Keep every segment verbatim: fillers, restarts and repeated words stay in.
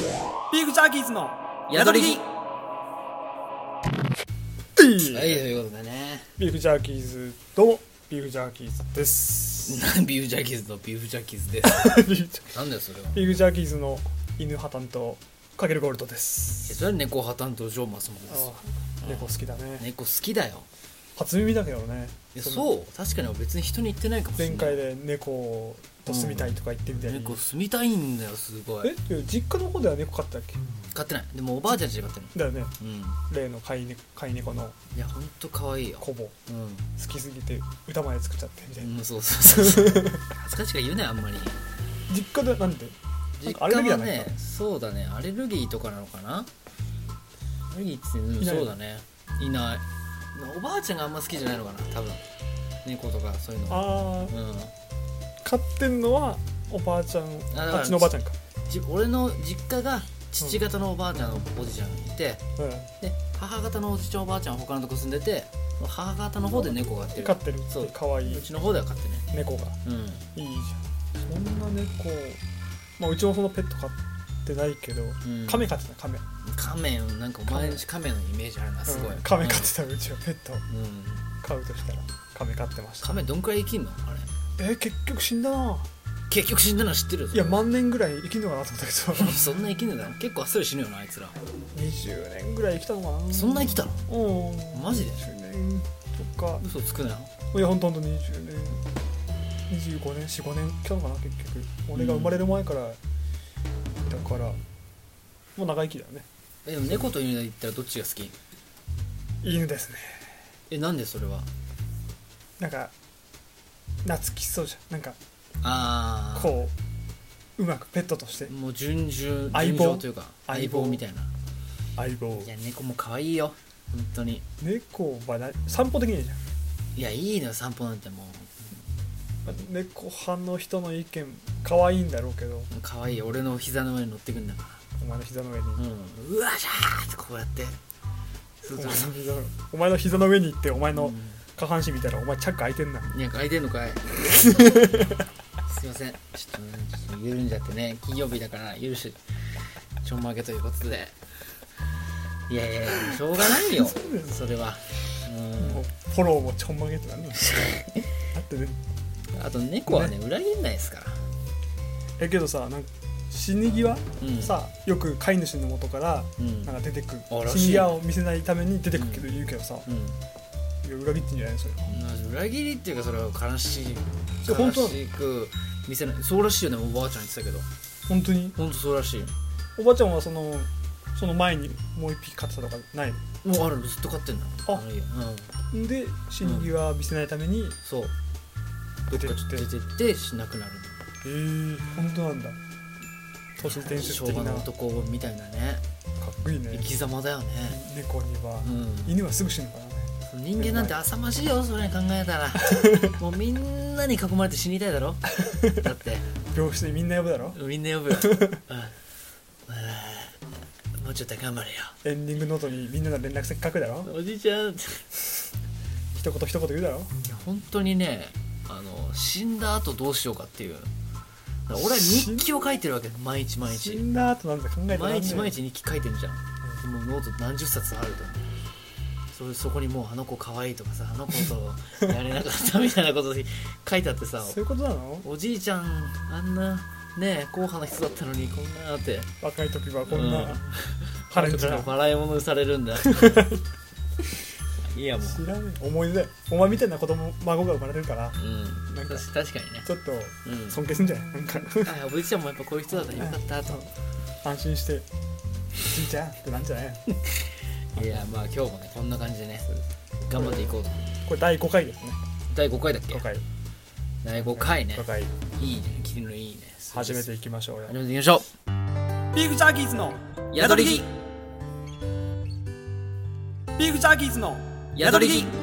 ビーフジャーキーズの宿り木。 はいはい、ということでね、 ビーフジャーキーズどうもビーフジャーキーズですビーフジャーキーズとビーフジャーキーズですなんだよそれは。 ビーフジャーキーズの犬派担当かけるゴールドでえす。 それは猫派担当ジョーマスモンですよ。 ああ猫好きだね。 猫好きだよ。 初耳だけどね。 いやそのそう確かに別に人に言ってないかもしれ前ない。 回で猫と住みたいとか言ってみたいに、 猫住みたいんだよすごい。 え実家の方では猫飼ったっけ？ 飼ってない。でもおばあちゃんちで飼ってる。 だよね。 うん例の飼い猫飼い猫のいやほんと可愛いよ。 コボうん好きすぎて歌まで作っちゃってみたいな、 うんそうそうそうそう恥ずかしく言うねあんまり。 実家でなんでなん実かアレルギー家はだねねそうだねアレルギーとかなのかな。アレルギーって、うん、 いないそうだねいない。おばあちゃんがあんま好きじゃないのかな多分。猫とかそういうの。 ああうん飼ってんのはおばあちゃんあだからあっちのおばあちゃんかじ俺の実家が父方のおばあちゃんのおじちゃんがいて、 うんで母方のおじちゃんおばあちゃんは他のとこ住んでて母方の方で猫が飼ってる。 飼ってるそうかわいいうちの方では飼ってね。 猫がうんいいじゃん。そんな猫、まあ、うちもそのペット飼ってないけど、 うんカメ飼ってたカメカメなんかお前んちカメのイメージあるなすごい、 うんカメ飼ってたうちはペットうん、うん飼うとしたらカメ飼ってましたカメどんくらい生きんのあれ。 えー結局死んだな。 結局死んだの知ってるよ。 いや万年ぐらい生きんのかなと思ったけどそんな生きんのだろ。結構あっさり死ぬよなあいつら。 にじゅうねんぐらい生きたのかな。 そんな生きたの。 うんマジでにじゅうねんとか嘘つくなよ。 いやほんとほんとにじゅうねんにじゅうごねん よん、ごねん来たのかな結局俺が生まれる前から、だからもう長生きだよね。 えでも猫と犬で言ったらどっちが好き。 犬ですね。 えなんでそれは。 なんか懐きそうじゃん。なんかああこううまくペットとしてもう順々 相棒順調というか相棒相棒みたいな。 相棒。 いや猫も可愛いよ本当に。 猫はな散歩できないじゃん。 いやいいのよ散歩なんてもう猫派の人の意見可愛いんだろうけど可愛い。俺の膝の上に乗ってくんだかお前の膝の上に、 ら。うんうわしゃーってこうやってそうおそうそう前の膝のお前の膝の上に行ってお前のうん下半身見たらお前チャック開いてんな。 いや開いてんのかいすいませんちょっと,、ね、ちょっと緩んじゃってね金曜日だから許しちょんまげということで。いやいやいやしょうがないよそれは。 もうフォローもちょんまげってなんだよだってね。 うんあと猫はね裏切んないですから。 えけどさなんか死に際、 うんさよく飼い主の元からうんなんか出てく、 あらしい死に際を見せないために出てくけど言うけどさ、 うんいや裏切ってんじゃないのそれ。 裏切りっていうかそれは悲しいそれ本当なの悲しく見せない。そうらしいよねおばあちゃん言ってたけど本当にほんとそうらしい。 おばあちゃんはそのその前にもう一匹飼ってたとかないもうあるずっと飼ってんだ。 あいいようんので死に際見せないためにそう出てって、 出てってしなくなる。 えー、本当なんだ。都市伝説昭的なかっ和の男みたいなねこいいね生き様だよね。 猫には、 うん犬はすぐ死ぬからね。 人間なんて浅ましいよそれ考えたらもうみんなに囲まれて死にたいだろだって病室にみんな呼ぶだろ。 みんな呼ぶよ、うんうんもうちょっと頑張れよエンディングノートにみんなの連絡先書くだろ。 おじいちゃん。い一言一言言うだろ。 や本当にねあの死んだ後どうしようかっていう。だから俺は日記を書いてるわけ毎日毎日死んだ後なんて考えて毎日毎日日日記書いてるじゃん。もうノート何十冊あるとそ, そこにもうあの子可愛いとかさあの子とやれなかったみたいなこと書いてあってさそういうことなの。 おじいちゃんあんなね硬派な人だったのにこんなって若い時はこんな、 うん腹にちな笑い物にされるんだいやもう知らねえ思い出だよ。お前みたいな子供孫が生まれるからうんなんか確確かにねちょっとうん尊敬するんじゃないなんかあおじいちゃんもやっぱこういう人だったらよかったと安心してじいちゃんってなんじゃないいやまあ今日もねこんな感じでね頑張っていこうと。 これだいごかいですね。 だいごかいだっけ。 ごかいだいごかいねごかいいいねキリのいいね始めていきましょうよ。 始めていきましょビーフジャーキーズのう宿り木ビーフジャーキーズの宿り木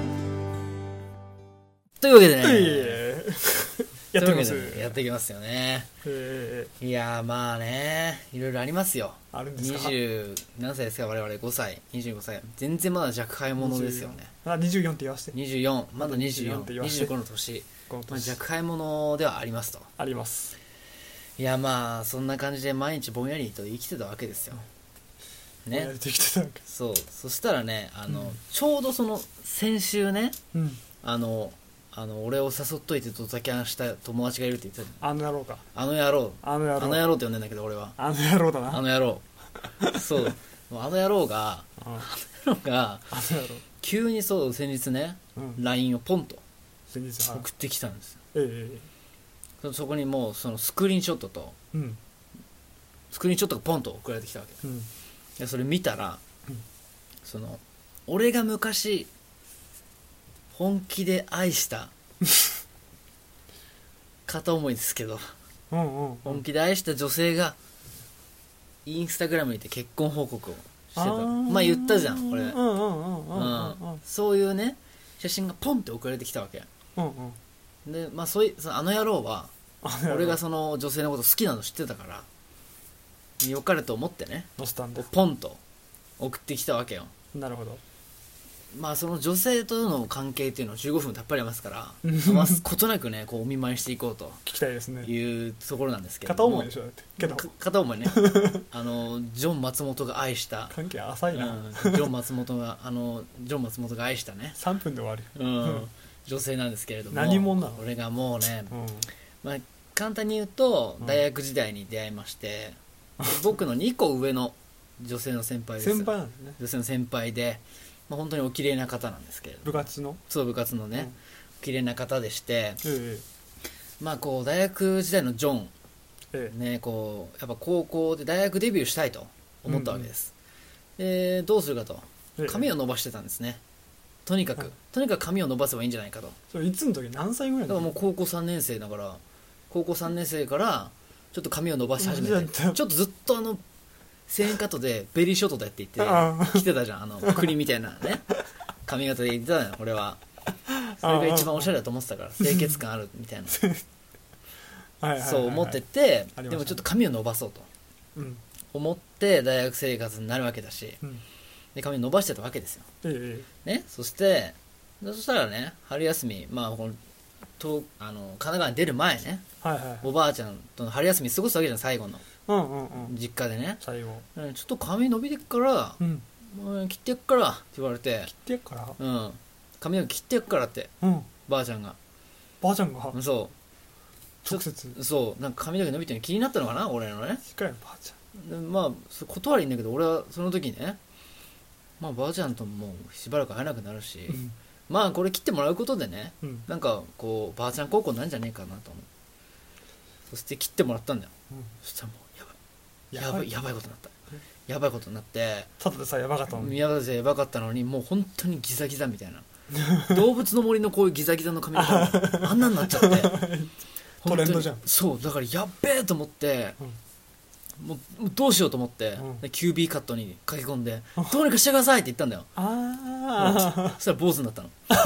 というわけでね、 えー、やってますというわけでねやっていきますよね。 えいやーまあねいろいろありますよ。 ー、あるんですか。 にじゅう何歳ですか我々。ごさいにじゅうごさい全然まだ若輩者ですよね。 あにじゅうよんって言わせて。 にじゅうよんまだにじゅうよん、 にじゅうよんって言わせてにじゅうごの年、まあ、 この年若輩者ではありますと。 あります。 いいやまあそんな感じで毎日ぼんやりと生きてたわけですよね。 やりてきてたわけ。 そうそしたらねあの、 うんちょうどその先週ねうんあのあの俺を誘っといてドタキャンした友達がいるって言ってたじあの野郎かゃん。あの野郎あの野郎あの野郎って呼んでんだけど俺はあの野郎だなあの野郎そうあの野郎がうんあの野郎があの野郎急にそう先日ねうんライン をポンと先日は送ってきたんですよ。 ええそそこにもうそのスクリーンショットとうんスクリーンショットがポンと送られてきたわけうんでそれ見たら、 うんその俺が昔本気で愛した片思いですけどうんうん本気で愛した女性がインスタグラムにて結婚報告をしてた。 あーまあ言ったじゃん俺、 うんうんうんうんうんうんそういうね写真がポンって送られてきたわけうんうんで、まあ、そういうそのあの野郎はあの野郎俺がその女性のこと好きなの知ってたから良かれと思ってね載せたんだこうポンと送ってきたわけよ。 なるほどまあその女性との関係っていうのはじゅうごふんたっぷりありますからうん余すことなくねこうお見舞いしていこうと聞きたいですねいうところなんですけど片思いでしょだってけどか片思いねあのジョン松本が愛した関係浅いなうん、ジョン松本があのジョン松本が愛したね、 さんぷんで終わるうんうん女性なんですけれども何者なの俺がもうね、 うんまあ、簡単に言うとうん大学時代に出会いまして、で僕のにこ上の女性の先輩です先輩なんですね女性の先輩で、まあ、本当にお綺麗な方なんですけれども部活のそう部活のね、 うんお綺麗な方でしてえまあこう大学時代のジョンええねこうやっぱ高校で大学デビューしたいと思ったわけです、でどうするかとええ髪を伸ばしてたんですねとにかく、 はいとにかく髪を伸ばせばいいんじゃないかとそれいつの時何歳ぐらいだからの時もう高校さんねん生だから高校さんねん生からちょっと髪を伸ばし始めてじゃあちょっとずっとあのせんえんカットでベリーショートだって言ってああ着てたじゃんあの栗みたいなね髪型で言ってたのよ俺はそれが一番おしゃれだと思ってたから清潔感あるみたいなはいはいはいはいそう思っててありましたねでもちょっと髪を伸ばそうとうん思って大学生活になるわけだしうんで髪を伸ばしてたわけですよええねそしてでそしたらね春休みまあこのとあの神奈川に出る前ねはいはいおばあちゃんとの春休み過ごすわけじゃん最後のうんうんうん実家でね最後うんちょっと髪伸びてっからうんもう切ってっからって言われて切ってやっからうん髪の毛切ってっからってうんばあちゃんがばあちゃんがそ直接うそうなんか髪の毛伸びてるの気になったのかな俺のねしっかりばあちでまあそ断りんだけど俺はその時ねまあばあちゃんとももうしばらく会えなくなるし、 ゃんうんまあこれ切ってもらうことでねうんなんかこうばあちゃん高校なんじゃねえかなと思うそして切ってもらったんだようんそしたらもうやばいやばいやばいことになったやばいことになってただでさやばかったのに宮田でやばかったのにもう本当にギザギザみたいな動物の森のこういうギザギザの髪の毛あんなになっちゃってトレンドじゃん本当にそうだからやっべえと思って、もうもうどうしようと思って、 うんでキュービーカットに駆け込んでどうにかしてくださいって言ったんだよあそしたら坊主になったの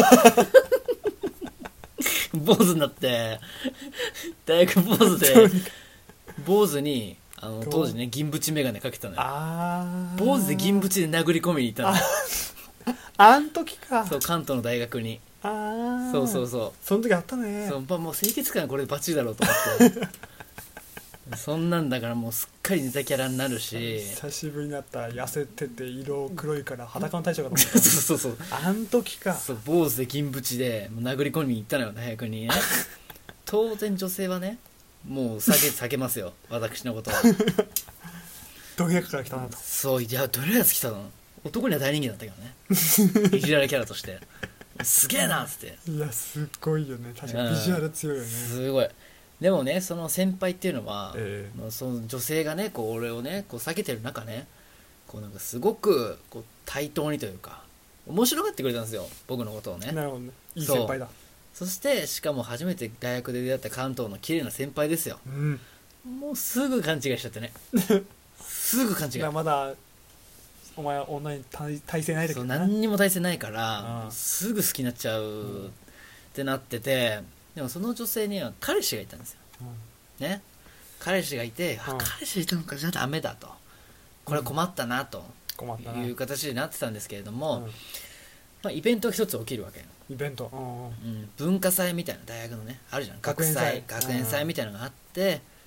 坊主になって大学坊主で坊主にあの当時ね銀縁眼鏡かけてたのよああ坊主で銀縁で殴り込みに行ったのあん時かそう関東の大学にああそうそうそうその時あったねそう、まあ、もう清潔感はこれでバッチリだろうと思ってそんなんだからもうすっかりネタキャラになるし久しぶりになった痩せてて色黒いから裸の大将かと思っそうそうそうたあん時かそう坊主で銀縁でもう殴り込みに行ったのよ大学にね当然女性はねもう避け避けますよ私のことはどやから来たなとそういやどれやつ来たの男には大人気だったけどねいじられキャラとしてすげえなっつっていやすっごいよね確かにビジュアル強いよねすごいでもねその先輩っていうのは、 ええまあその女性がねこう俺をねこう避けてる中ねこうなんかすごくこう対等にというか面白がってくれたんですよ僕のことをねなるほどねいい先輩だそしてしかも初めて大学で出会った関東の綺麗な先輩ですようんもうすぐ勘違いしちゃってねすぐ勘違いいやまだお前は女に対対性ない時そうだな何にも対戦ないからああもうすぐ好きになっちゃうってなっててでもその女性には彼氏がいたんですよね彼氏がいて、あうん彼氏いたのかじゃあダメだとこれは困ったなと困ったないう形になってたんですけれども、 うんまあ、イベントが一つ起きるわけよ、 イベントうんうんうん、文化祭みたいな大学のねあるじゃん学学園祭祭学園祭みたいなのがあって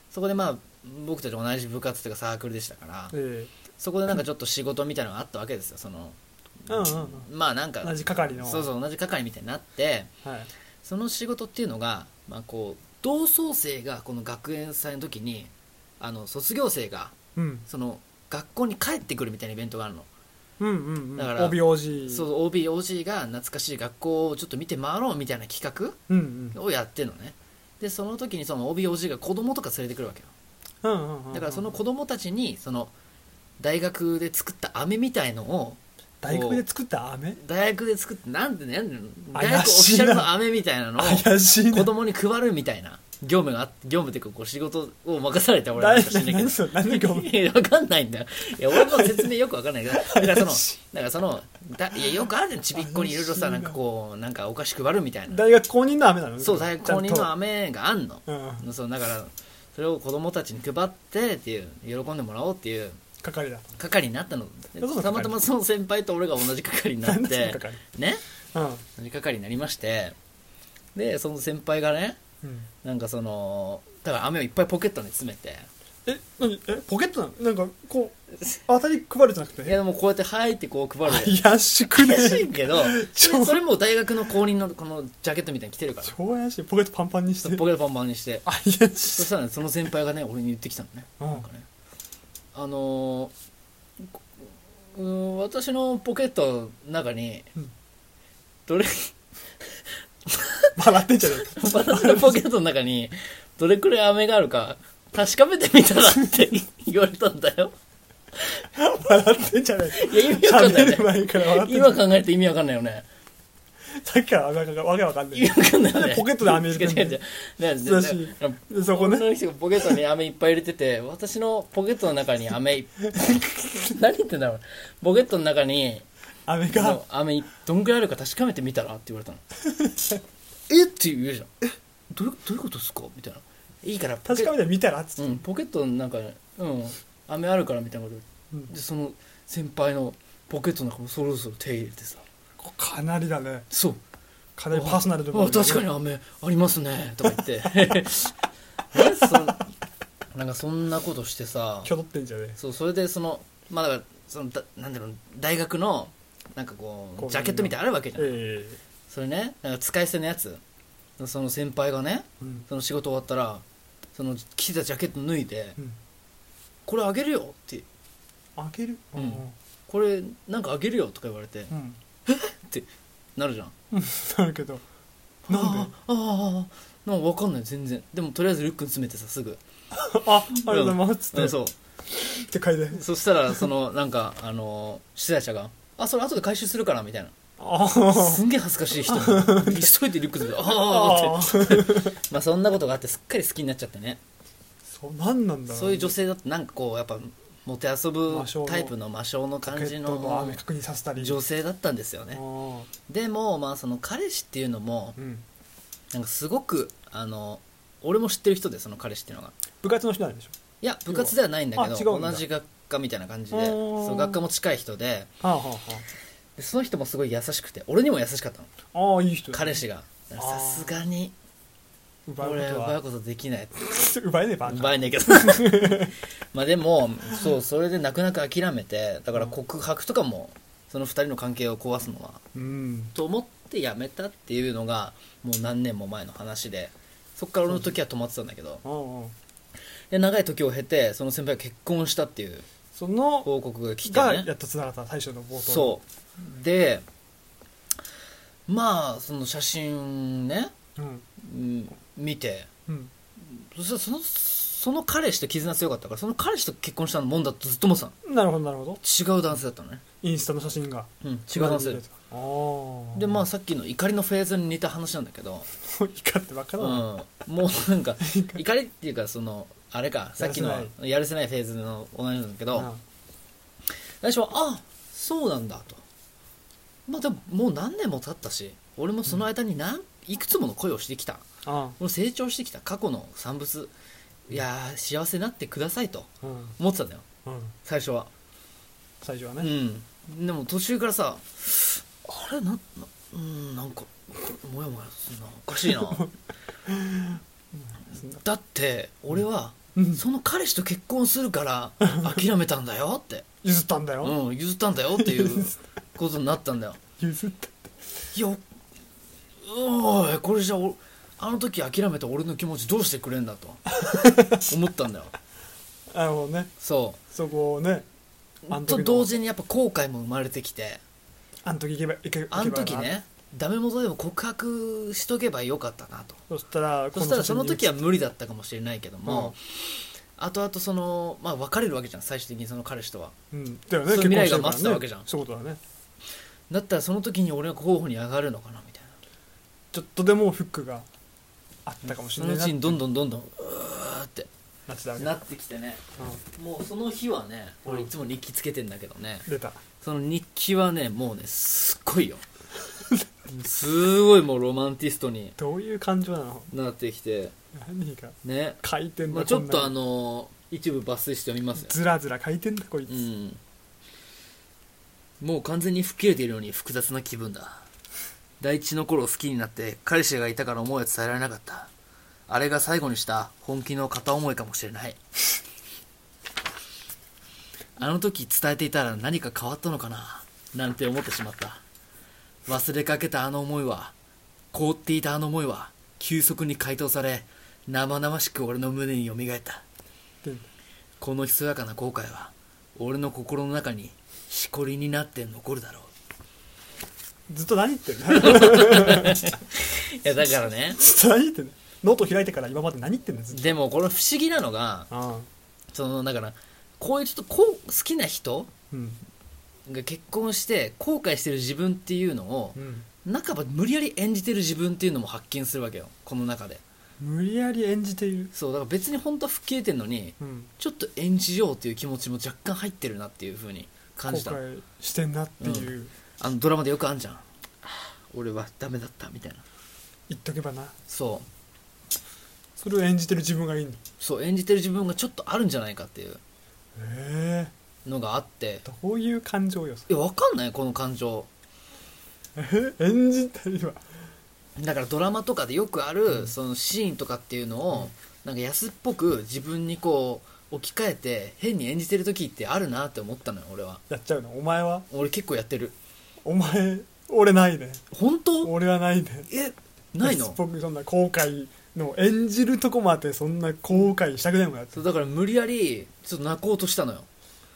そこでまあ僕たち同じ部活というかサークルでしたから、 えそこでなんかちょっと仕事みたいなのがあったわけですよ。そのえうんうんうんまあなんか同じ係のそうそう同じ係みたいになって、 はいその仕事っていうのが、まあ、こう同窓生がこの学園祭の時にあの卒業生がうんその学校に帰ってくるみたいなイベントがあるの。 うんうんうんだからオービーオージーそう オービーオージー が懐かしい学校をちょっと見て回ろうみたいな企うん画をやってるのね。でその時にその オービーオージー が子供とか連れてくるわけよ。 うんうんうんうんだからその子供たちにその大学で作った飴みたいのを大学で作った飴大学で作ってなんでね大怪学オフィしいなシャルの飴みたいなのを怪しいな子供に配るみたいな業務があって業務っていうかこう仕事を任されて俺は誰なんか知んないけど何それ何がいや分かんないんだよ。いや俺も説明よく分かんないけどだからそのだからそのだいやよくあるじゃんちびっこにいろいろさなんかこうなんかお菓子配るみたいな大学公認の飴なのそう大学公認の飴飴があんの、 うんそうだからそれを子供たちに配ってっていう喜んでもらおうっていう係だ係になったのでそうそうたまたまその先輩と俺が同じ係になっなんだそのて係ねうん同じ係になりましてでその先輩がねうんなんかそのだから飴をいっぱいポケットに詰めてえ何えポケットなのなんかこう当たり配るじゃなくていやでもこうやってはいってこう配る怪しくね怪しいけど超それも大学の公認のこのジャケットみたいに着てるから超怪しいポケットパンパンにしてポケットパンパンにして怪しいそしたらねその先輩がね俺に言ってきたのねうんなんかねあのーうん私のポケットの中にうんどれ笑ってんじゃねえか私のポケットの中にどれくらい飴があるか確かめてみたらって言われたんだよ。 笑ってんじゃねえかいや意味わかんないね喋る前から笑ってんじゃ今考えて意味わかんないよね。 さっきからわけわけわかんない意味わかんないよね。 ポケットで飴入れてんの違う違う違うねだしでそこね女の人がポケットに飴いっぱい入れてて私のポケットの中に飴い何言ってんだろうポケットの中に飴が飴どんぐらいあるか確かめてみたらって言われたのえって言うじゃんえどういうどういうことですかみたいないいからポケ確かめてみたらっつってうん、ポケットの中にうん飴あるからみたいなことうんでその先輩のポケットの中もそろそろ手入れてさこかなりだねそうかなりパーソナルであ確かに飴ありますねとか言ってねそなんかそんなことしてさきょどってんじゃねえそうそれでそのまあだからそのだなんだろう大学のなんかここううジャケットみたいなのあるわけじゃん、 えそれねなんか使い捨てのやつその先輩がねえうんその仕事終わったらその着てたジャケット脱いで、 うんこれあげるよって開けるううんんこれなんかあげるよとか言われてうんってなるじゃんうんなるけどなんでああああなんか分かんない全然でもとりあえずリュックに詰めてさすぐあありがとうございますっつってうんそうって書いてそしたらそのなんかあの出題者があそれ後で回収するからみたいなあすんげえ恥ずかしい人に急いでリュック詰めてあああってまあそんなことがあってすっかり好きになっちゃってねそうなんなんだろそういう女性だってなんかこうやっぱもてあそぶ魔性のタイプの魔性のポケ感じットのの飴確認させたり女性だったんですよねあでもまあその彼氏っていうのもーうんなんかすごくあの俺も知ってる人でその彼氏っていうのが部活の人なんでしょいや部活ではないんだけあ違うんだど同じ学科みたいな感じであーそう学科も近い人ではあはでその人もすごい優しくて俺にも優しかったのあはあああいい人だ彼氏があーさすがに奪うことは俺は奪うことできない奪えねえば奪えねえけどまあでもそうそれで泣く泣く諦めてだから告白とかもそのふたりの関係を壊すのはうんと思ってやめたっていうのがもう何年も前の話でそっから俺の時は止まってたんだけどうんうんで長い時を経てその先輩が結婚したっていうその報告が来てねがやっとつながった最初の冒頭そうでまあその写真ね、 ううんうん、見てうんそしたらそのその彼氏と絆強かったからその彼氏と結婚したもんだとずっと思ってたのなるほどなるほど違う男性だったのね、 インスタの写真がうん、違う男性ああでまあさっきの怒りのフェーズに似た話なんだけど、 怒ってばっかうだな、 ん、もうなんか怒りっていうかそのあれかさっきのやるせやるせないフェーズの同じなんだけど、 うん最初はあそうなんだとまあでももう何年も経ったし俺もその間に何いくつもの恋をしてきたあ俺成長してきた過去の産物いやー幸せになってくださいとあうん思ってたんだようん最初はう最初はね、 んでも途中からさあれななうんなんかもやもやするなおかしいなだって俺はうんその彼氏と結婚するから諦めたんだよって譲ったんだよ、 うん譲ったんだよっていうことになったんだよ。 譲ったいやおいこれじゃおあの時諦めた俺の気持ちどうしてくれんだと思ったんだよ。 なるほどね、 そそこをねあうの時のと同時にやっぱ後悔も生まれてきて、 あの時行けば行けあの時ねダメ元でも告白しとけばよかったなと。 そしたらそしたらその時はは無理だったかもしれないけども、 うん後々そのまあ別れるわけじゃん最終的にその彼氏とは。 うんだよね、 そういう未来が結婚してるからね待ってたわけじゃんそういうことだね。 だったらその時に俺が候補に上がるのかなみたいな。 ちょっとでもフックがあったかもしそれないなのうちにどんどんどんどんうーってなってたわけなってきてね、もうその日はねうん俺いつも日記つけてんだけどね、 出たその日記はねもうねすっごいよすごいもうロマンティストにどういう感情なの、 なってきて何がね、 書いてんだ、 まあ、ちょっとあこんなにの一部抜粋して読みますよ。 ずらずら書いてんだこいつ、 うんもう完全に吹っ切れているように複雑な気分だ。第一の頃好きになって彼氏がいたから思いは伝えられなかった。あれが最後にした本気の片思いかもしれない。あの時伝えていたら何か変わったのかななんて思ってしまった。忘れかけたあの思いは、凍っていたあの思いは急速に解凍され生々しく俺の胸によみがえった。 でこのひそやかな後悔は俺の心の中にしこりになって残るだろう。 ずっと何言ってんのいやだからねずっと何言ってんの、ノート開いてから今まで何言ってんのずっと。 でもこれ不思議なのがああそのだからこういうちょっとこう好きな人うんが結婚して後悔してる自分っていうのをうん半ば無理やり演じてる自分っていうのも発見するわけよこの中で。 無理やり演じている、 そうだから別に本当は吹っ切れてるのにうん、 ちょっと演じようっていう気持ちも若干入ってるなっていう風に感じた。 後悔してんなっていう、 あのドラマでよくあんじゃん、俺はダメだったみたいな。 言っとけばな、 そうそれを演じてる自分がいいの。 そう演じてる自分がちょっとあるんじゃないかっていうえのがあって、 ー、どういう感情よそいや分かんないこの感情れえ演じたりはだからドラマとかでよくある、 うんそのシーンとかっていうのを、なんか安っぽく自分にこう置き換えて変に演じてる時ってあるなって思ったのよ俺は。 やっちゃうの。お前は俺結構やってる。 お前俺ないね、 本当？ 俺はないね。 えないの？ 僕そんな後悔の演じるとこまでそんな後悔したくないもんやつ。 そうだから無理やりちょっと泣こうとしたのよ。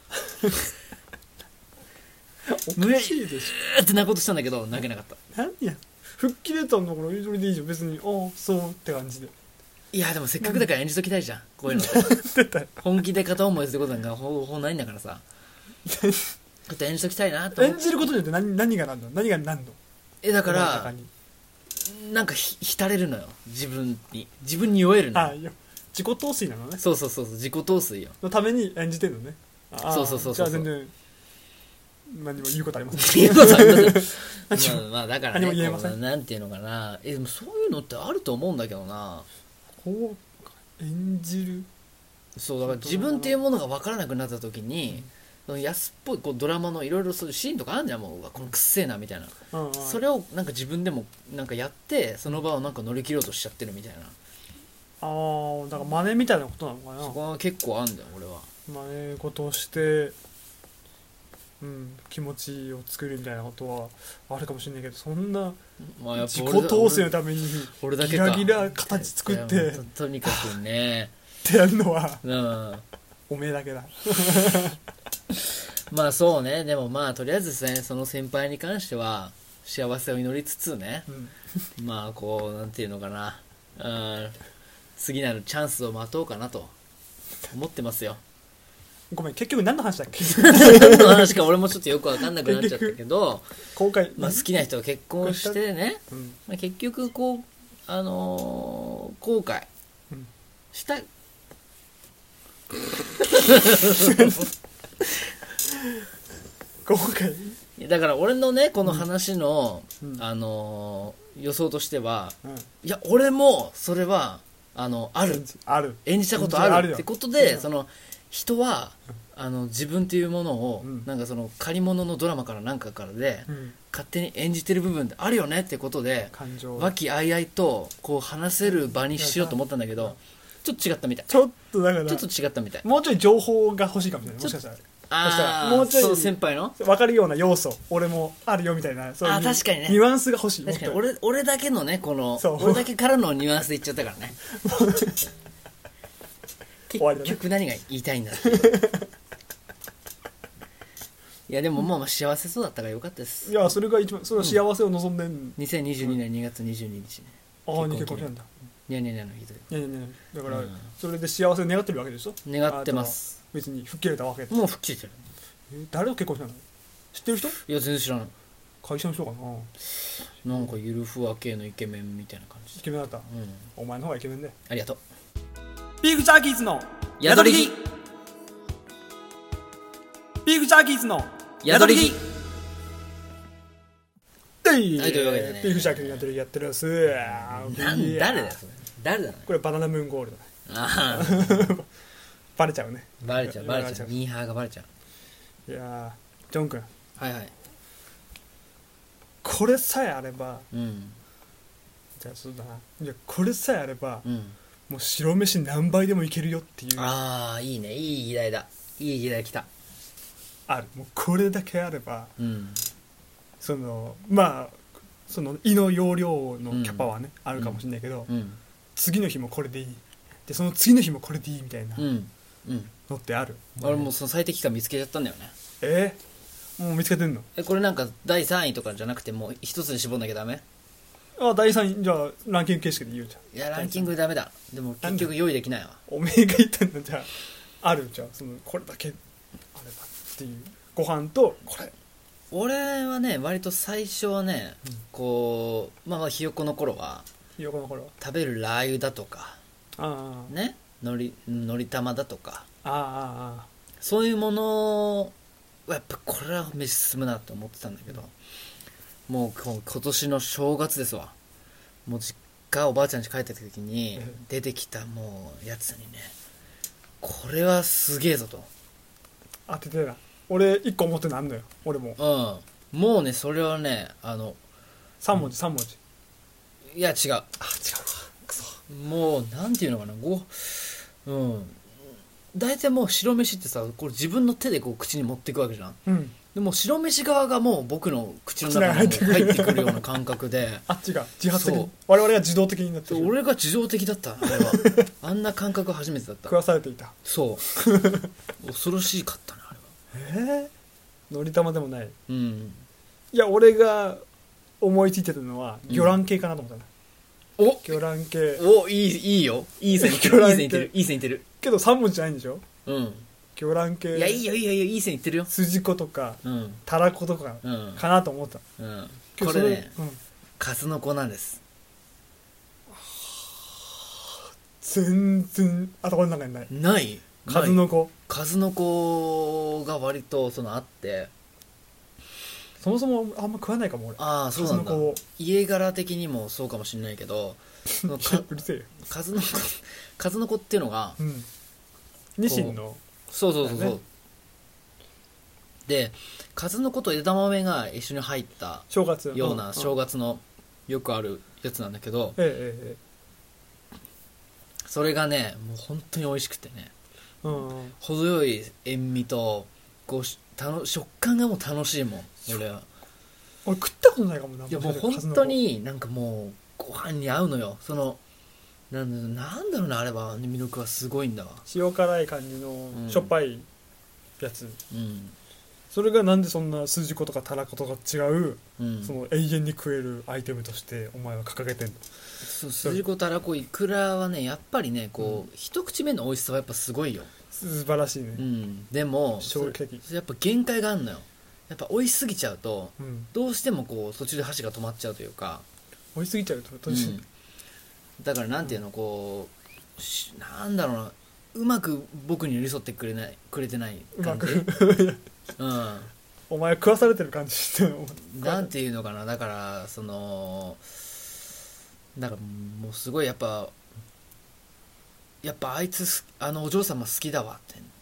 おかしいでしうーって泣こうとしたんだけど泣けなかった。 ょ。何や吹っ切れたんだからそれでいいじゃん別に。ああそうって感じでいやでもせっかくだから演じときたいじゃんこういうのって出たよ。 本気で片思いすることなんかほぼないんだからさちょっと演じときたいなと思って。 演じることによって何何がなんの何がなんのえだか世の中らになんかひ浸れるのよ自分に自分に酔えるのよ。 あいや自己陶酔なのね。 そうそうそうそう自己陶酔よ。 のために演じてるのね。ああそうそうそうそうじゃあ全然何も言うことありません。 言うことありませんまあまあだからね何も言えませんこうなんていうのかな、えでもそういうのってあると思うんだけどな。 こう演じるそうだから自分っていうものが分からなくなった時に、その安っぽいこうドラマのいろいろそういうシーンとかあるじゃん。もううわこのくっせえなみたいな、 うんうん、 それをなんか自分でもなんかやってその場をなんか乗り切ろうとしちゃってるみたいな、 ああだから真似みたいなことなのかな。 そこは結構あるんだよ俺は。 真似事をしてうん気持ちを作るみたいなことはあるかもしれないけど、そんなまあやっぱ自俺だ己統制のためにギ俺だけかラギラ形作っいやてととにかくねってやるのはうんおめえだけだ。 まあそうね。でもまあとりあえずですねその先輩に関しては幸せを祈りつつね、 うんまあこうなんていうのかな、うん次なるチャンスを待とうかなと思ってますよ。 ごめん結局何の話だっけ。 何の話か俺もちょっとよく分かんなくなっちゃったけど公開、 まあ好きな人が結婚してね、 うんまあ、結局こうあのー後悔うんした公開だから俺のねこの話の、 うんあのー予想としてはうんいや俺もそれはあのあるある演じたことあ演じあるよるってことで、 うんその人はあの自分っていうものを、 うんなんかその借り物のドラマからなんかからで、 うん勝手に演じてる部分ってあるよねってことで感情和気あいあいとこう話せる場にしようと思ったんだけどちょっと違ったみたい。 ちょっとだからちょっと違ったみたい。 もうちょい情報が欲しいかもしれない。もしかしたらあそしたらあもうちょいそう先輩の分かるような要素俺もあるよみたいな、そういうあ確かにねニュアンスが欲しい。 確かにもっと俺俺だけのねこのそう俺だけからのニュアンスで言っちゃったからね終わりだね結局何が言いたいんだっていういやでももう幸せそうだったからよかったですいやそれが一番それは幸せを望んでん、 にせんにじゅうにねんにがつにじゅうににちねああ結婚したんだ。 ニャニャニャの日でいやいやいやだから、 うんそれで幸せを願ってるわけでしょ。 願ってますあとは別に吹っ切れたわけで、 もう復帰してるえー誰と結婚したの？知ってる人？ いや全然知らない会社の人かな。 なんかゆるふわ系のイケメンみたいな感じイケメンだった。 うんお前の方がイケメンで。 ありがとうビーフジャーキーズの宿り木ビーフジャーキーズの宿り木はいはいというわけでねビーフジャーキーズの宿り木やってるやつ。 なん誰だよそれ誰だねこれバナナムーンゴールドね。 ああバレちゃうね。 バレちゃうバレちゃうバレちゃうミーハーがバレちゃういやージョン君はいはいこれさえあれば、 うんじゃあそうだな、じゃあこれさえあれば、 うんもう白飯何倍でもいけるよっていう。 ああいいねいい議題だいい議題来たある。もうこれだけあれば、 うんそのまあその胃の容量のキャパはね、うん、あるかもしれないけど、 うん次の日もこれでいいでその次の日もこれでいいみたいなうんうんのってある。 俺もうその最適化見つけちゃったんだよねえー、もう見つけてんの？ えこれなんかだいさんいとかじゃなくてもう一つに絞んなきゃダメあだいさんいじゃあランキング形式で言うじゃん。 いやランキングダメだでも結局用意できないわおめえが言ったんだ。じゃああるじゃあそのこれだけあればっていうご飯とこれ。 俺はね割と最初はね、うん、こうまあまあひよこの頃はひよこの頃は食べるラー油だとかああねのりのり玉だとかああああそういうものはやっぱこれは飯進むなって思ってたんだけど、うん、もう今年の正月ですわもう実家おばあちゃん家帰った時に出てきたもうやつにねこれはすげえぞと当ててな。俺いっこ思ってなんのよ俺も。 うんもうねそれはねあのさん文字さん文字。 いや違うあ違うわくそ。 もうなんていうのかなごうん大体もう白飯ってさこれ自分の手でこう口に持っていくわけじゃん、 うん、 でも白飯側がもう僕の口の中に入ってくるような感覚であっちが自発的に我々が自動的になってる。 俺が自動的だったあれはあんな感覚初めてだった食わされていた。 そう恐ろしかったねあれはえー、のり玉でもない。 うんいや俺が思いついてたのは魚卵系かなと思ったの、うん、お魚卵系おいいいいよいい線いってるいい線いってるいい線いってるけどさん文字じゃないんでしょ。 うん魚卵系いやいいよいいよいいよいい線いってるよ筋子とか、うん、たらことかかなと思った、 うんうん、これね、うん、数の子なんです。 全然頭の中にないない数の子数の子が割とそのあってそもそもあんま食わないかも俺。 ああそうなんだ。家柄的にもそうかもしれないけどそのかうるせえよ数の子数の子っていうのが、 うん、ニシンのそうそうそうそう、ね、で数の子と枝豆が一緒に入った正月ような正月のよくあるやつなんだけど、 ええええ、 それがねもう本当に美味しくてね、 うんうん、 程よい塩味とこうたの食感がもう楽しいもん俺は。 俺食ったことないかもな。 いやもう本当になんかもうご飯に合うのよ。そのなんなんだろうなあれは魅力はすごいんだわ。 塩辛い感じのしょっぱいやつ、 うん、 それがなんでそんな筋子とかたらことか違う、 うん、 その永遠に食えるアイテムとしてお前は掲げてんの。 そう筋子たらこいくらはねやっぱりねこう、うん、一口目の美味しさはやっぱすごいよ。 素晴らしいね、 うん、でも衝撃的。 やっぱ限界があるのよ。やっぱ美味しすぎちゃうと、 うん、 どうしてもこう途中で箸が止まっちゃうというか美味しすぎちゃうと途中、うん、 だからなんていうのこうなんだろうなうまく僕に寄り添ってくれないくれてない感じ。 うまくうん、 お前食わされてる感じしてる。 なんていうのかなだからそのだからもうすごいやっぱやっぱあいつあのお嬢様好きだわって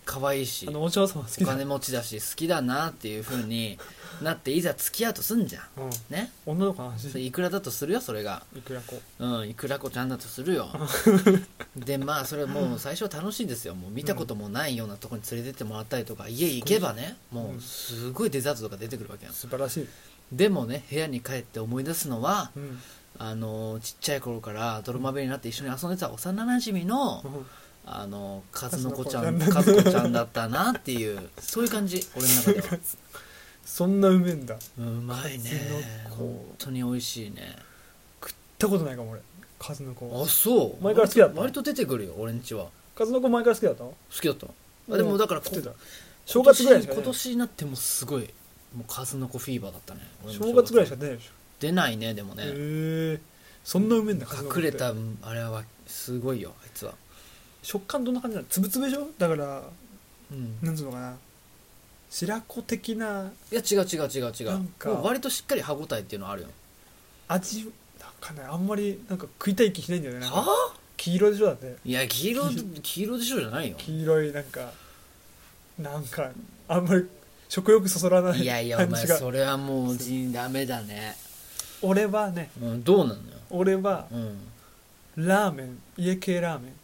可愛いしあのお嬢様好きだお金持ちだし好きだなっていう風になっていざ付き合うとすんじゃんうんね女の子の話それいくらだとするよそれがいくらこうんいくら子ちゃんだとするよでまあそれもう最初は楽しいんですよもう見たこともないようなところに連れてってもらったりとか家行けばねもうすごいデザートとか出てくるわけよ素晴らしい、 でもね部屋に帰って思い出すのはうんあのちっちゃい頃から泥まみれになって一緒に遊んでた幼なじみのうんあの数の子ちゃん数の子数子ちゃんだったなっていうそういう感じ俺の中ではそんなうめえんだうまいね数の子本当に美味しいね食ったことないかも俺数の子あそう前から好きだった割と出てくるよ俺んちは数の子前から好きだった好きだったあでもだから食ってたこ正月ぐらいしか今出ない年になってもすごいもう数の子フィーバーだったね俺の正月ぐらいしか出ないでしょ出ないねでもねへえそんなうめえんだ数の子って隠れたあれはすごいよあいつは食感どんな感じなのつぶつぶでしょだからうんなんつうのかな白子的ないや違う違う違う違うんなかもう割としっかり歯応えっていうのはあるよ味なんかねあんまりなんか食いたい気しないんだよねなんかはあ黄色でしょだっていや黄色黄色でしょじゃないよ黄色いなんかなんかあんまり食欲そそらないいやいやお前感じがそれはもうダメだね俺はねうんどうなのよ俺はうんラーメン家系ラーメン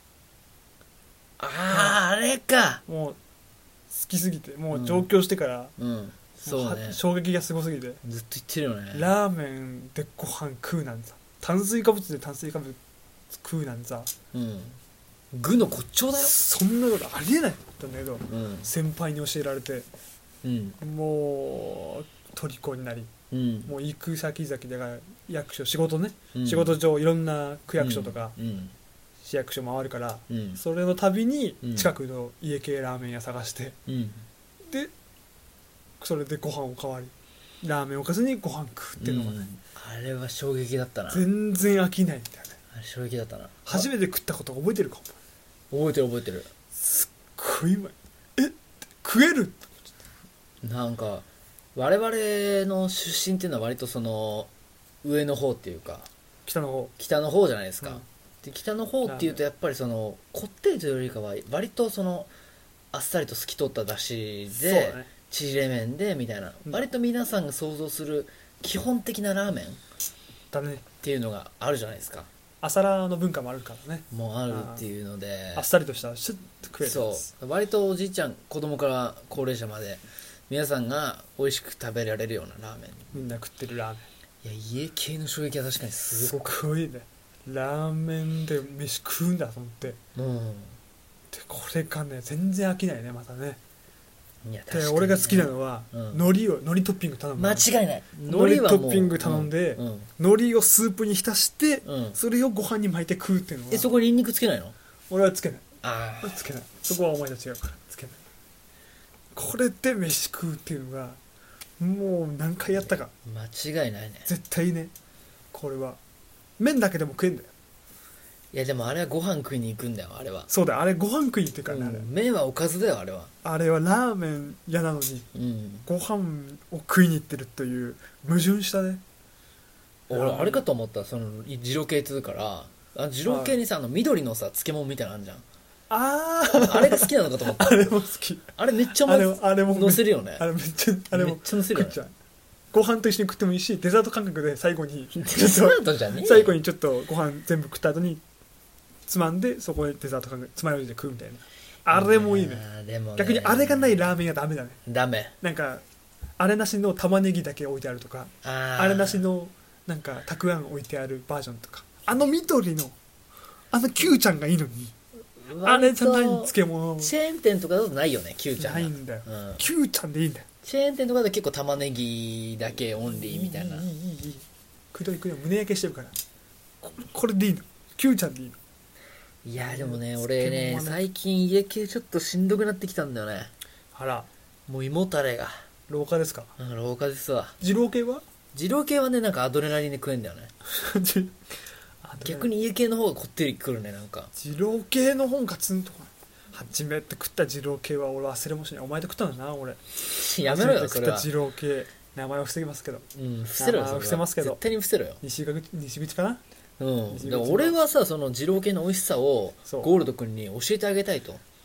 あああれかもう好きすぎてもう上京してから、 うんそうもねう衝撃がすごすぎてずっと言ってるよねラーメンでご飯食うなんざ炭水化物で炭水化物食うなんざうん具の骨頂だよそんなことありえないって言ったんだけどうん先輩に教えられてうんもう虜になりうんもう行く先々でが役所仕事ね、 うん仕事上いろんな区役所とかうん市役所回るから、 うんそれの度にうん近くの家系ラーメン屋探して、 うんでそれでご飯おかわりラーメンおかずにご飯食うっていうのがね、 うんあれは衝撃だったな全然飽きないんだよねあれ衝撃だったな初めて食ったこと覚えてるかも覚えてる覚えてるすっごいうまいえ食えるなんか我々の出身っていうのは割とその上の方っていうか北の方北の方じゃないですか、 うんで北の方っていうとやっぱりそのこってりというよりかは割とそのあっさりと透き通っただしそうでだね縮れ麺でみたいな、 うん割と皆さんが想像する基本的なラーメンっだねていうのがあるじゃないですか朝ラーの文化もあるからねもうあるっていうのであっさりとしたシュッと食えるやつそう割とおじいちゃん子供から高齢者まで皆さんが美味しく食べられるようなラーメンみんな食ってるラーメンいや家系の衝撃は確かにすすごくごいねラーメンで飯食うんだと思ってうんでこれがね全然飽きないねまたねでいや確かにね俺が好きなのは、 うん海苔を海苔トッピング頼む間違いない海苔はもうトッピング頼んでうん海苔をスープに浸して、 うんそれをご飯に巻いて食うっていうのはえそこにニンニクつけないの俺はつけないあ俺はつけないそこはお前と違うからつけないこれで飯食うっていうのがもう何回やったか間違いないね絶対ねこれは麺だけでも食えんだよいやでもあれはご飯食いに行くんだよあれは、 そうだよあれご飯食いに行ってるからね、あれうん、麺はおかずだよあれはあれはラーメン屋なのにうんご飯を食いに行ってるという矛盾したね俺あれかと思ったその二郎系っつうからあ二郎系にさあの緑のさ漬物みたいなのあるじゃんああれが好きなのかと思ったああれも好きあれめっちゃあれもあれも乗せるよねあれめっちゃあれめっもちゃ乗せるよね食っちゃうご飯と一緒に食ってもいいしデザート感覚で最後にちょっデザートじゃねえよと最後にちょっとご飯全部食った後につまんでそこでデザート感覚つまようじで食うみたいなあれもいいねあーでもね逆にあれがないラーメン屋ダメだねダメなんかあれなしの玉ねぎだけ置いてあるとかあーあれなしのなんかたくあん置いてあるバージョンとかあの緑のあの Q ちゃんがいいのにあれじゃない漬物チェーン店とかだとないよね Q ちゃんがないんだようん Q ちゃんでいいんだよチェーン店とかで結構玉ねぎだけオンリーみたいないいいいいいいくどいくどい胸焼けしてるからこれこれでいいの Q ちゃんでいいのいやでもね漬俺ね物はね最近家系ちょっとしんどくなってきたんだよねあらもう胃もたれが廊下ですかうん廊下ですわ二郎系は二郎系はねなんかアドレナリンで食えんだよね逆に家系の方がこってりくるねなんか二郎系の本ガツンとか初めて食った二郎系は俺忘れもしないお前と食ったんだな俺やめろよそれは初めて食った二郎系名前を防ぎますけどうん伏せろよそれは伏せますけど絶対に伏せろよ西口西口かなうん西口でも俺はさその二郎系の美味しさをそうゴールド君に教えてあげたいと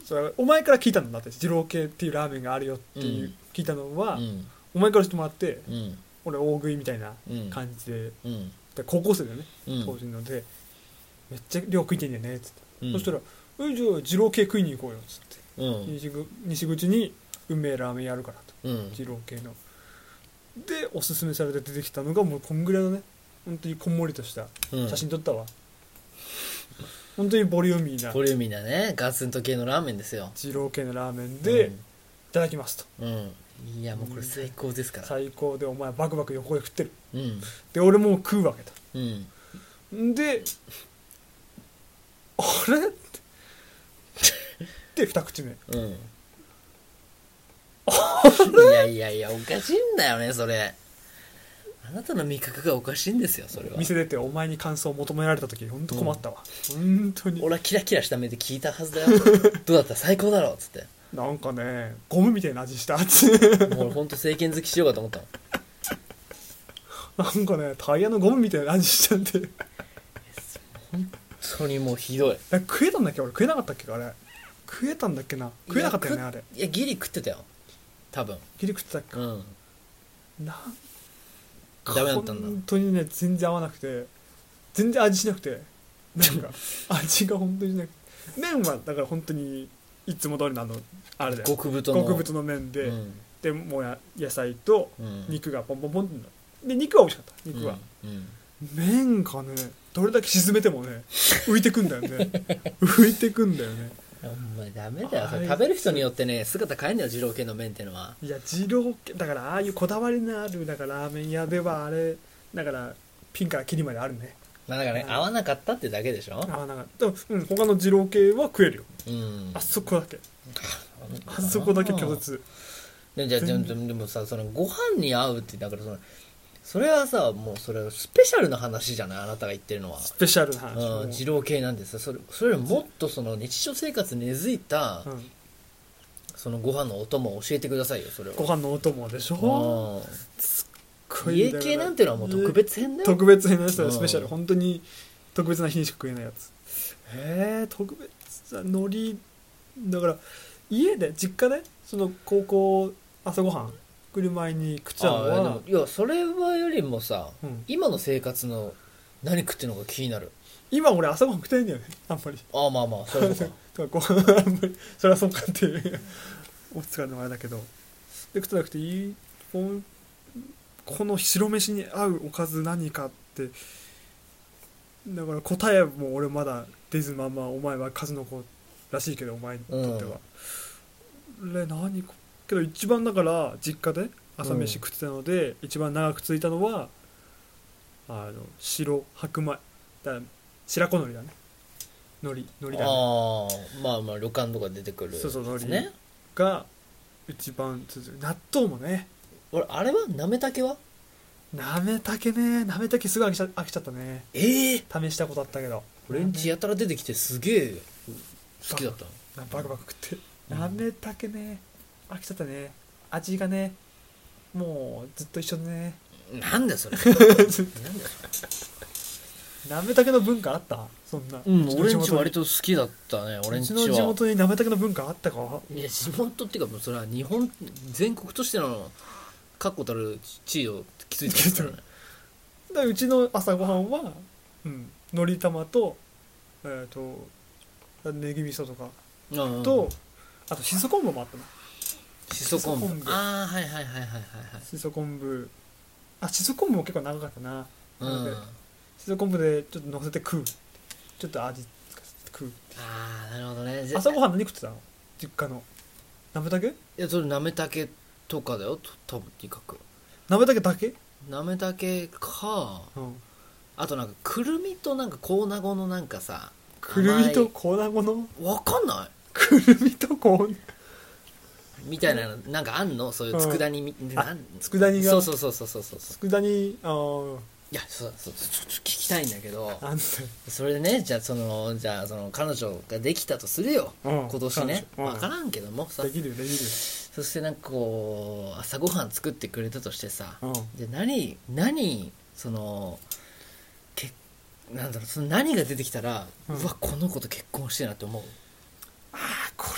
それお前から聞いたんだって二郎系っていうラーメンがあるよっていう、うん、聞いたのは、うん、お前からしてもらって、うん、俺大食いみたいな感じで、うん、で高校生だよね、うん、当時のでめっちゃ量食いてんだよねっつって、うん、そしたらえじゃあ二郎系食いに行こうよっつって、うん、西, 西口に運命ラーメンやるからと、うん、二郎系のでおすすめされて出てきたのがもうこんぐらいのね本当にこんもりとした写真撮ったわ、うん、本当にボリューミーなボリューミーなねガツンと系のラーメンですよ。 二郎系のラーメンで、うん、いただきますと、 うん、いやもうこれ最高ですから、 最高でお前バクバク横で食ってる、うん、で俺も食うわけだ、うん、であれって二口目、うん、いやいやいやおかしいんだよねそれ。あなたの味覚がおかしいんですよそれは。 店出てお前に感想を求められた時本当困ったわ、うん、本当に俺はキラキラした目で聞いたはずだよどうだった最高だろっつって、 なんかねゴムみたいな味したってもうほんと政権好きしようかと思ったのなんかねタイヤのゴムみたいな味しちゃって本当にもうひどい。 食えたんだっけ俺食えなかったっけあれ食えたんだっけな食えなかったよねあれ。 いやギリ食ってたよ多分。 ギリ食ってたっけ、うん、なんダメだったんだ。 本当にね全然合わなくて全然味しなくてなんか味が本当にしなくて麺はだから本当にいつも通りのあのあれだよ極太の極太の麺で、うん、でもうや野菜と肉がポンポンポンってで肉は美味しかった肉は、うんうん、麺がねどれだけ沈めてもね浮いてくんだよね浮いてくんだよね。 お前ダメだよそれ食べる人によってね姿変えんだよ二郎系の麺ってのは。 いや二郎系だからああいうこだわりのあるだからラーメン屋ではあれだからピンからキリまであるね。 まあだからね合わなかったってだけでしょ。合わなかった、うん、他の二郎系は食えるよ、うん、あそこだけあそこだけ拒絶。 でじゃあでもでもさそのご飯に合うってだからそのそれはさもうそれはスペシャルな話じゃないあなたが言ってるのは。 スペシャルな話、 うん、二郎系なんですよ。それそれよりもっとその日常生活に根付いた、うん、そのご飯のお供を教えてくださいよ。それはご飯のお供でしょ。 すっごい家系なんていうのはもう特別編だよ。 特別編のやつだスペシャル本当に特別な日にしか食えないやつ。へえ特別な海苔だから家で実家でその高校朝ごはん来る前に食っちゃうのは。 でもいやそれはよりもさ、うん、今の生活の何食ってるのが気になる。 今俺朝ごはん食ってないんだよねあんまり。 ああまあまあそれはそうかご飯あんまりそれはそうかっていうおつかのあれだけどで食ってなくていいこの白飯に合うおかず何かってだから答えも俺まだ出ずままお前は数の子らしいけどお前にとっては、うん、何かけど一番だから実家で朝飯食ってたので、うん、一番長く続いたのはあの白白米だ白子海苔だね。海苔海苔だね。 ああまあまあ旅館とか出てくる、ね、 そうそう海苔が一番続く。納豆もね。 俺あれはなめたけはなめたけねなめたけすぐ飽きちゃ、飽きちゃったね。 ええー、試したことあったけど俺んちやたら出てきてすげえ好きだったバクバク食ってなめたけね飽きちゃったね。味がねもうずっと一緒でね。 なんだよそれなんだよそれなめたけの文化あったそんな。 うん、俺んち割と好きだったね。俺んちはうちの地元になめたけの文化あったか。 いや地元っていうかもうそれは日本全国としての確固たる地位を築いてるからねだからうちの朝ごはんは、うん、のり玉とえっ、ー、とネギ味噌とかと、あとしそ昆布もあったの。 しそ昆布。ああはいはいはいはいはい。 しそ昆布。あしそ昆布も結構長かったな。うん。しそ昆布でちょっと乗せて食う。ちょっと味付かせて食う。 ああなるほどね。 朝ごはん何食ってたの？実家の。なめたけ？いやそれなめたけとかだよ。多分とにかく。 なめたけだけ？ なめたけか。うん。あとなんかくるみとなんかコーナゴのなんかさ。 くるみとコーナゴの？ わかんない。 くるみとコーナみたいななんかあんのそういう佃煮み、うん、なん佃煮がそうそうそうそうそうそう佃煮ああいやそうそうちょっと聞きたいんだけどそれでねじゃあそのじゃあその彼女ができたとするよ、うん、今年ね分からんけどもさできるできるそしてなんかこう朝ごはん作ってくれたとしてさ、うん、で何何そのけなんだろうその何が出てきたら、うん、うわこの子と結婚してえなって思う。 ああこ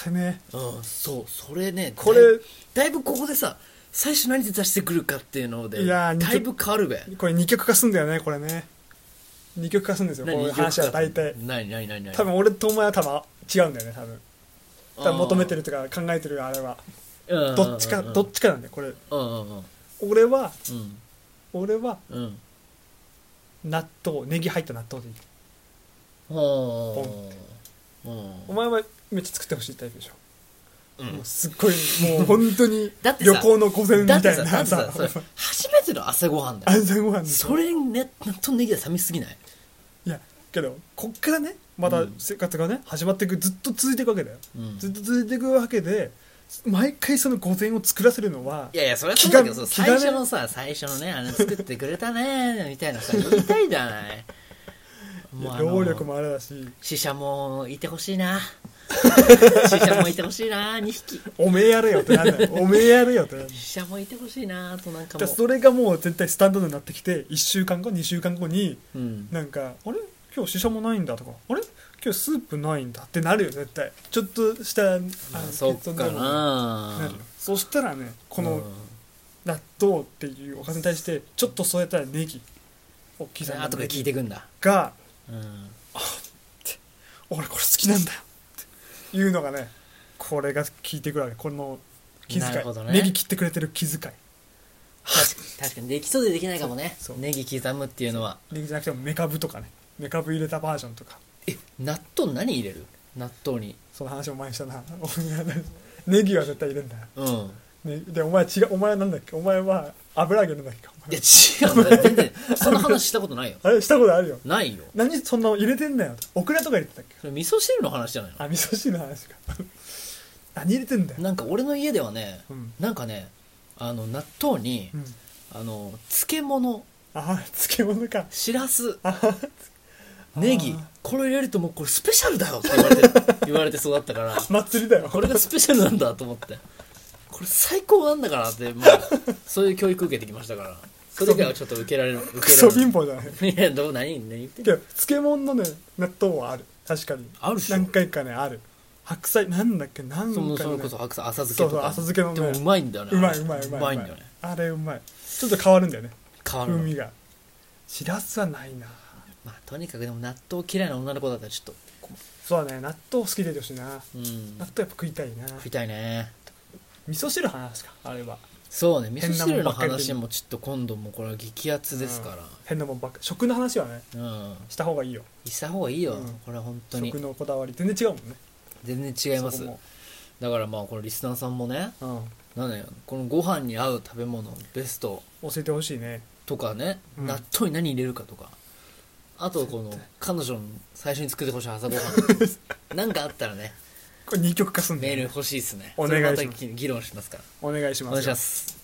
れね、 うんそうそれねこれだいだいぶここでさ最初何で出してくるかっていうのでいやだいぶ変わるべ。 これ二極化すんだよねこれね。二極化するんですよこういう話は大体。 何何何何多分俺とお前は多分違うんだよね多分。多分求めてるとか考えてるあれはどっちかどっちかなんだよこれ。 うんうんうん俺はうん俺はうん納豆ネギ入った納豆でいい。 ほーうんお前はめっちゃ作ってほしいタイプでしょ。 うんもうすっごいもう本当にだってさ旅行の午前みたいなだってさだってさそれ初めての朝ごはんだよ。 朝ごはんでしょ。 それにね納豆ネギは寂しすぎない？ いやけどこっからねまた生活がね始まっていくずっと続いていくわけだよ、 うんずっと続いていくわけで毎回その午前を作らせるのはいやいやそれはそうだけどさ気が最初のさ最初のねあれ作ってくれたねみたいなさ言いたいじゃないもうあの労力もあれだし死者もいてほしいな死者もいてほしいなにひきおめえやれよってなんだよおめえやれよってなんだよ。 死者もいてほしいなとなんかだからもうそれがもう絶対スタンダードになってきていっしゅうかんごにしゅうかんごにうんなんかあれ今日シシャもないんだとかあれ今日スープないんだってなるよ絶対ちょっとしたあのまあそっかなるなよそしたらねこのうん納豆っていうおかずに対してちょっと添えたらネギを刻んだ後から聞いてくんだがうん俺これ好きなんだよっていうのがねこれが効いてくるわけこの気遣い、 なるほどねネギ切ってくれてる気遣い確か確かにできそうでできないかもねそうネギ刻むっていうのはネギじゃなくてもメカブとかねメカブ入れたバージョンとかえ納豆何入れる納豆にその話を前にしたなネギは絶対入れるんだよ、 うんね、でお前違うお前はなんだっけお前は油揚げるんだっけおいや前違う全然そんな話したことないよあれしたことあるよないよ何そんなの入れてんだよオクラとか入れてたっけそれ味噌汁の話じゃないあ味噌汁の話か何入れてんだよのなんか俺の家ではねうん、 なんかねあの納豆にうん、 あの漬物あ漬物かしらすあネギあこれ入れるともうこれスペシャルだよって言われて言われて育ったから祭りだよこれがスペシャルなんだと思ってこれ最高なんだからってまあそういう教育受けてきましたからそれ以外はちょっと受けられる受クソけられる貧乏じゃないいやどう何何言ってんのけど漬物のね納豆はある確かにあるでしょ何回かねある白菜なんだっけなんか、ね、 そのそれこそ白菜浅漬そうそうけとか浅漬けのねでもうまいんだよねうまいうまいうまいうまいんだよねあれうまいちょっと変わるんだよね変わるの風味がしらすはないなまあとにかくでも納豆嫌いな女の子だったらちょっとそうだね納豆好きでいてほしいなうん納豆やっぱ食いたいな食いたいね味噌汁話かあれはそうね味噌汁の変なもんばっかり話もちょっと今度もこれは激アツですから変なもんばっか食の話はねうんした方がいいよした方がいいよ、 うんこれは本当に食のこだわり全然違うもんね全然違いますそこだからまあこのリスナーさんもねもなんだよこのご飯に合う食べ物ベストうん教えてほしいねとかね、 うん納豆に何入れるかとかあとこの彼女の最初に作ってほしい朝ごはんなんかあったらねこれ二極化すんだよねメール欲しいですねお願いしますそれまた議論しますからお願いしますお願いします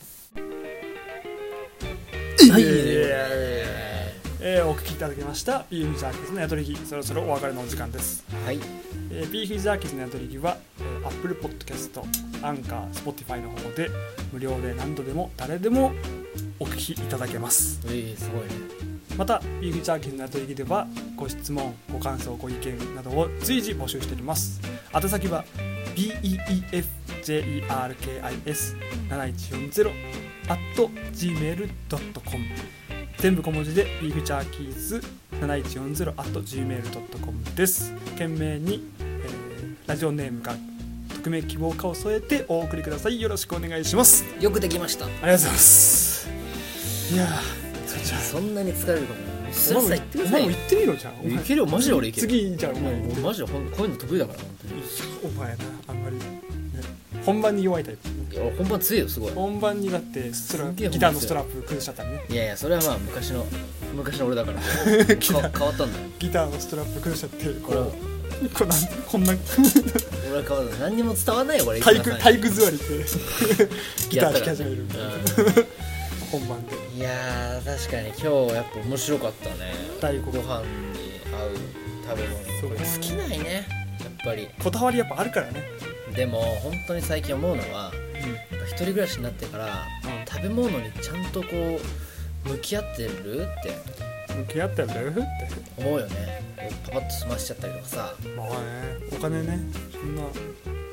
はい、 はいえーえーお聞きいただきましたビーフジャーキーズのやとりぎそろそろお別れのお時間です、 はいえービーフジャーキーズのやとりぎは、えー、Apple Podcast、アンカー、Spotify の方で無料で何度でも誰でもお聞きいただけますえー、すごいねまたビーフジャーキーズのやとりぎではご質問ご感想ご意見などを随時募集しております宛先は ビーイーイーエフジェイイーアールケーアイエスなないちよんゼロ アット ジーメール ドットコム 全部小文字でビーフジャーキーズなないちよんゼロ アット ジーメール ドットコム です懸命に、えー、ラジオネームか匿名希望かを添えてお送りくださいよろしくお願いしますよくできましたありがとうございますいやーそじゃあそんなに疲れるかもスラスラお前も言ってくださいお前も言ってみろじゃんお前いけるよマジで俺いける次じゃあお前もうマジでほんこういうの得意だから本当にお前なあんまり、ね、本番に弱いタイプいや俺本番強いよすごい本番にだってストラすげえギターのストラップ崩しちゃったりねいやいやそれはまあ昔の昔の俺だからか変わったんだよギターのストラップ崩しちゃってここれはうこうなんこんな俺は変わった何にも伝わんないよこれ体育体育座りでギター弾きやったから始めるみたいな本番でいやー確かに今日やっぱ面白かったね大根ご飯に合う食べそう物これ尽きないねやっぱりこだわりやっぱあるからねでも本当に最近思うのはやっぱ一人暮らしになってから食べ物にちゃんとこう向き合ってるって向き合ってるって思うよねパパッと済ましちゃったりとかさまあねお金ねそんな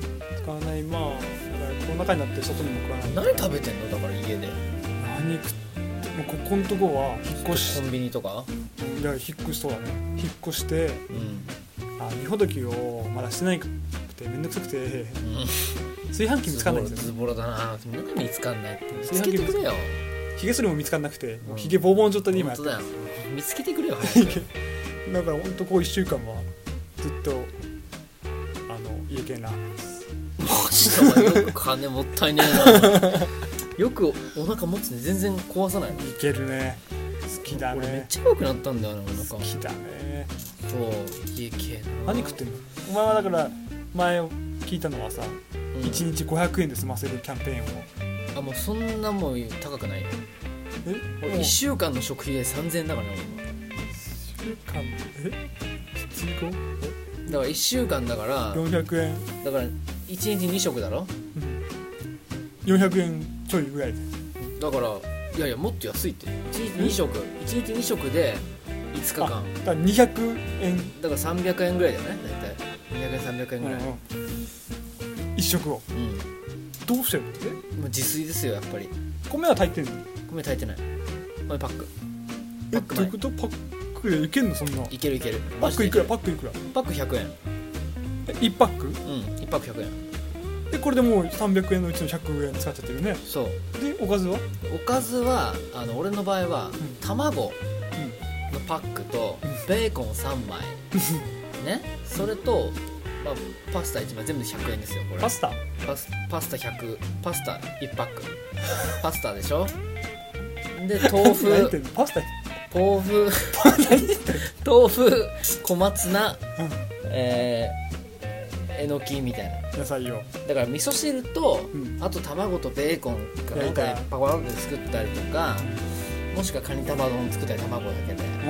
使わない。まあだからコロナ禍になって外にも食わない。 何食べてんのだから家で。 何食ってもうここのとこは引っ越しコンビニとか。 いや引っ越しそうだね。引っ越して、 うん、 あ荷ほどきをまだしてないくてめんどくさくて、うん、炊飯器見つかんないんですよ。 ズボロだな。何見つかんないって見つけてくれよ。 ヒゲ剃りも見つかんなくて、もうヒゲボーボーの状態で今やってる。 本当だよ。見つけてくれよ早く。 だから本当こういっしゅうかんはずっとあの家系な。 マジでよく金もったいねえな。よくお腹持つね。全然壊さないの。 いけるね。好きだね。 俺めっちゃ良くなったんだよなお腹。 好きだね。 そう家系な。 何食ってんの？お前はだから前聞いたのはさ、うん、いちにちごひゃくえんで済ませるキャンペーンを。 あもうそんなもう高くないよ。えいっしゅうかんの食費でさんぜんえんだからね今。いっしゅうかんえきついこだからいっしゅうかんだからよんひゃくえんだからいちにちに食だろ、 うん、よんひゃくえんちょいぐらいで。 だからいやいやもっと安いって。いちにちに食いちにちに食でいつかかんだからにひゃくえんだからさんびゃくえんぐらいだよね大体。にひゃくえんさんびゃくえんぐらい、うんうん、 一食を、うん、どうしてるの？えもう自炊ですよやっぱり。 米は炊いてんの？ 米炊いてない。米パック。 パック。えどういうこと？パックでいけんのそんな？ いけるいける。 パックいくら？パックいくら？ パックひゃくえん。 えいちパック？うんいちパックひゃくえん。 でこれでもうさんびゃくえんのうちのひゃくえん使っちゃってるね。 そうでおかずは？ おかずはあの俺の場合は、うん、卵のパックと、うん、ベーコンさんまいねそれと、まあ、パスタいちまい全部でひゃくえんですよこれ。 パスタ？ パス、パスタひゃくパスタいちパックパスタでしょ。で豆腐パスタ豆腐豆腐小松菜、うん、えー、えのきみたいな野菜を。だから味噌汁と、うん、あと卵とベーコンかなんかでパコパコで作ったりとか、うん、もしくはカニ玉丼作ったり卵だけで、うん、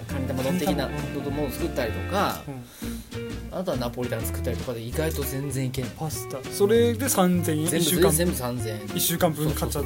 カニ玉丼的なものを作ったりとか、うん、あとはナポリタン作ったりとかで意外と全然いけん。 パスタそれでさんぜんえん。 全部いっしゅうかん全部さんぜんえんいっしゅうかんぶん買っちゃって。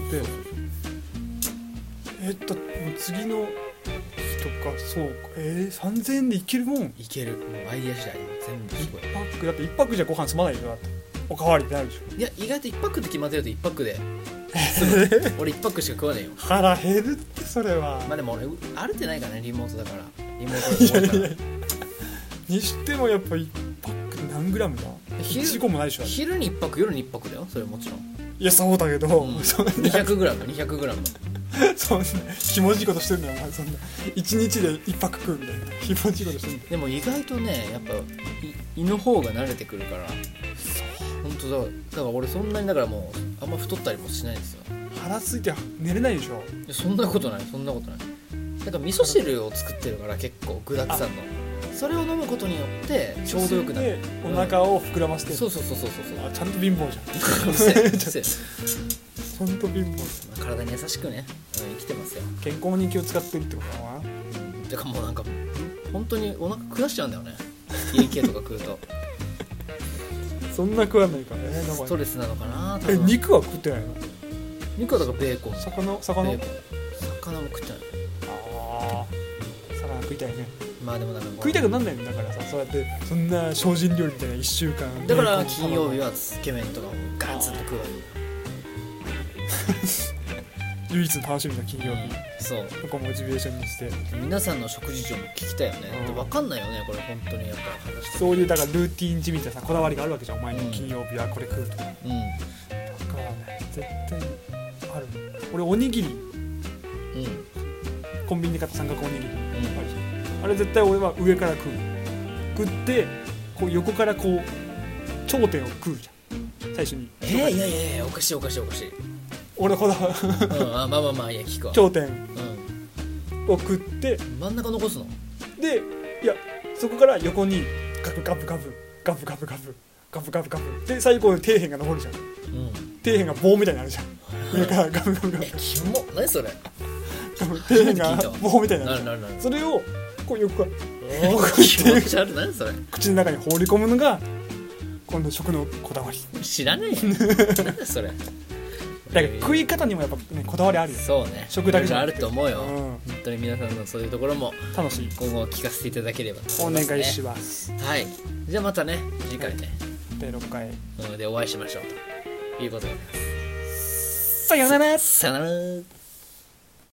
えっと次の日とかそうかえー、さんぜんえんでいけるもん。 いける。もうアイデア次第全部すごい。 いちパックだっていちパックじゃご飯済まないよだって。おかわりってなるでしょ。 いや意外といちパックって決まってるといちパックで俺いちパックしか食わねえよ。 腹減るってそれは。 まあでも俺歩いてないからねリモートだからリモートだから。いやいやにしてもやっぱいちパック何グラムだ？いちごもないでしょ。 昼にいちパック夜にいちパックだよそれもちろん。 いやそうだけど、うん、 にひゃくグラムにひゃくグラムそんなひもじいことしてんだよお前。そんないちにちでいちパック食うみたいなひもじいことしてんだよ。 でも意外とねやっぱ胃の方が慣れてくるから。本当だ。だから俺そんなにだからもうあんま太ったりもしないんですよ。 腹空いて寝れないでしょ。 いやそんなことないそんなことない。だから味噌汁を作ってるから結構具だくさんのそれを飲むことによってちょうどよくなる。 お腹を膨らませてる、うん、 そうそうそうそうそう。 あちゃんと貧乏じゃん。ちゃんと貧乏。 体に優しくね、うん、生きてますよ。 健康に気を使ってるってことだな。 てかもうなんか本当にお腹下しちゃうんだよね家系とか食うと。 そんな食わないからね。 ストレスなのかな。 え肉は食ってないの？ 肉はだからベーコン魚魚ベーコン魚も食ってない。 ああ魚食いたいね。 まあでもなんか食いたくなんないんだからさ。そうやってそんな精進料理みたいないっしゅうかんだから金曜日はつけ麺とかもガツンと食うわけ。唯一の楽しみな金曜日、うん、 そうここモチベーションにして皆さんの食事情も聞きたいよね。うん、分かんないよねこれ本当にやっぱ話して。 そういうだからルーティンじみたさこだわりがあるわけじゃんお前の金曜日はこれ食うとか。うん、だからね絶対ある。俺おにぎり、うん、コンビニで買った三角おにぎり、うん、あるじゃん。あれ絶対俺は上から食う食ってこう横からこう頂点を食うじゃん最初に。 えー、いやいやいやおかしいおかしいおかしい。 俺のこだわり、 うん、あまあまあまあいや聞くわ。 頂点を食って、 うん、真ん中残すのでいやそこから横にガブガブガブガブガブガブガブガブガブで最後に底辺が残るじゃん、うん、底辺が棒みたいになるじゃん上からガブガブガブ。 えキモ何それ。 底辺が棒みたいになるじゃん。なるなるなる。それをこう横からお気持ち悪い何それ。 口の中に放り込むのが今度食のこだわり。 知らねえよ何だそれ。 だから食い方にもやっぱ、ね、こだわりあるよ。 そうね食だけじゃなくてあると思うよ、 うん、 本当に皆さんのそういうところも楽しい今後聞かせていただければと思います、ね、 お願いします。 はいじゃあまたね次回ねだいろっかいうんでお会いしましょうということで、 さよなら。 さよなら。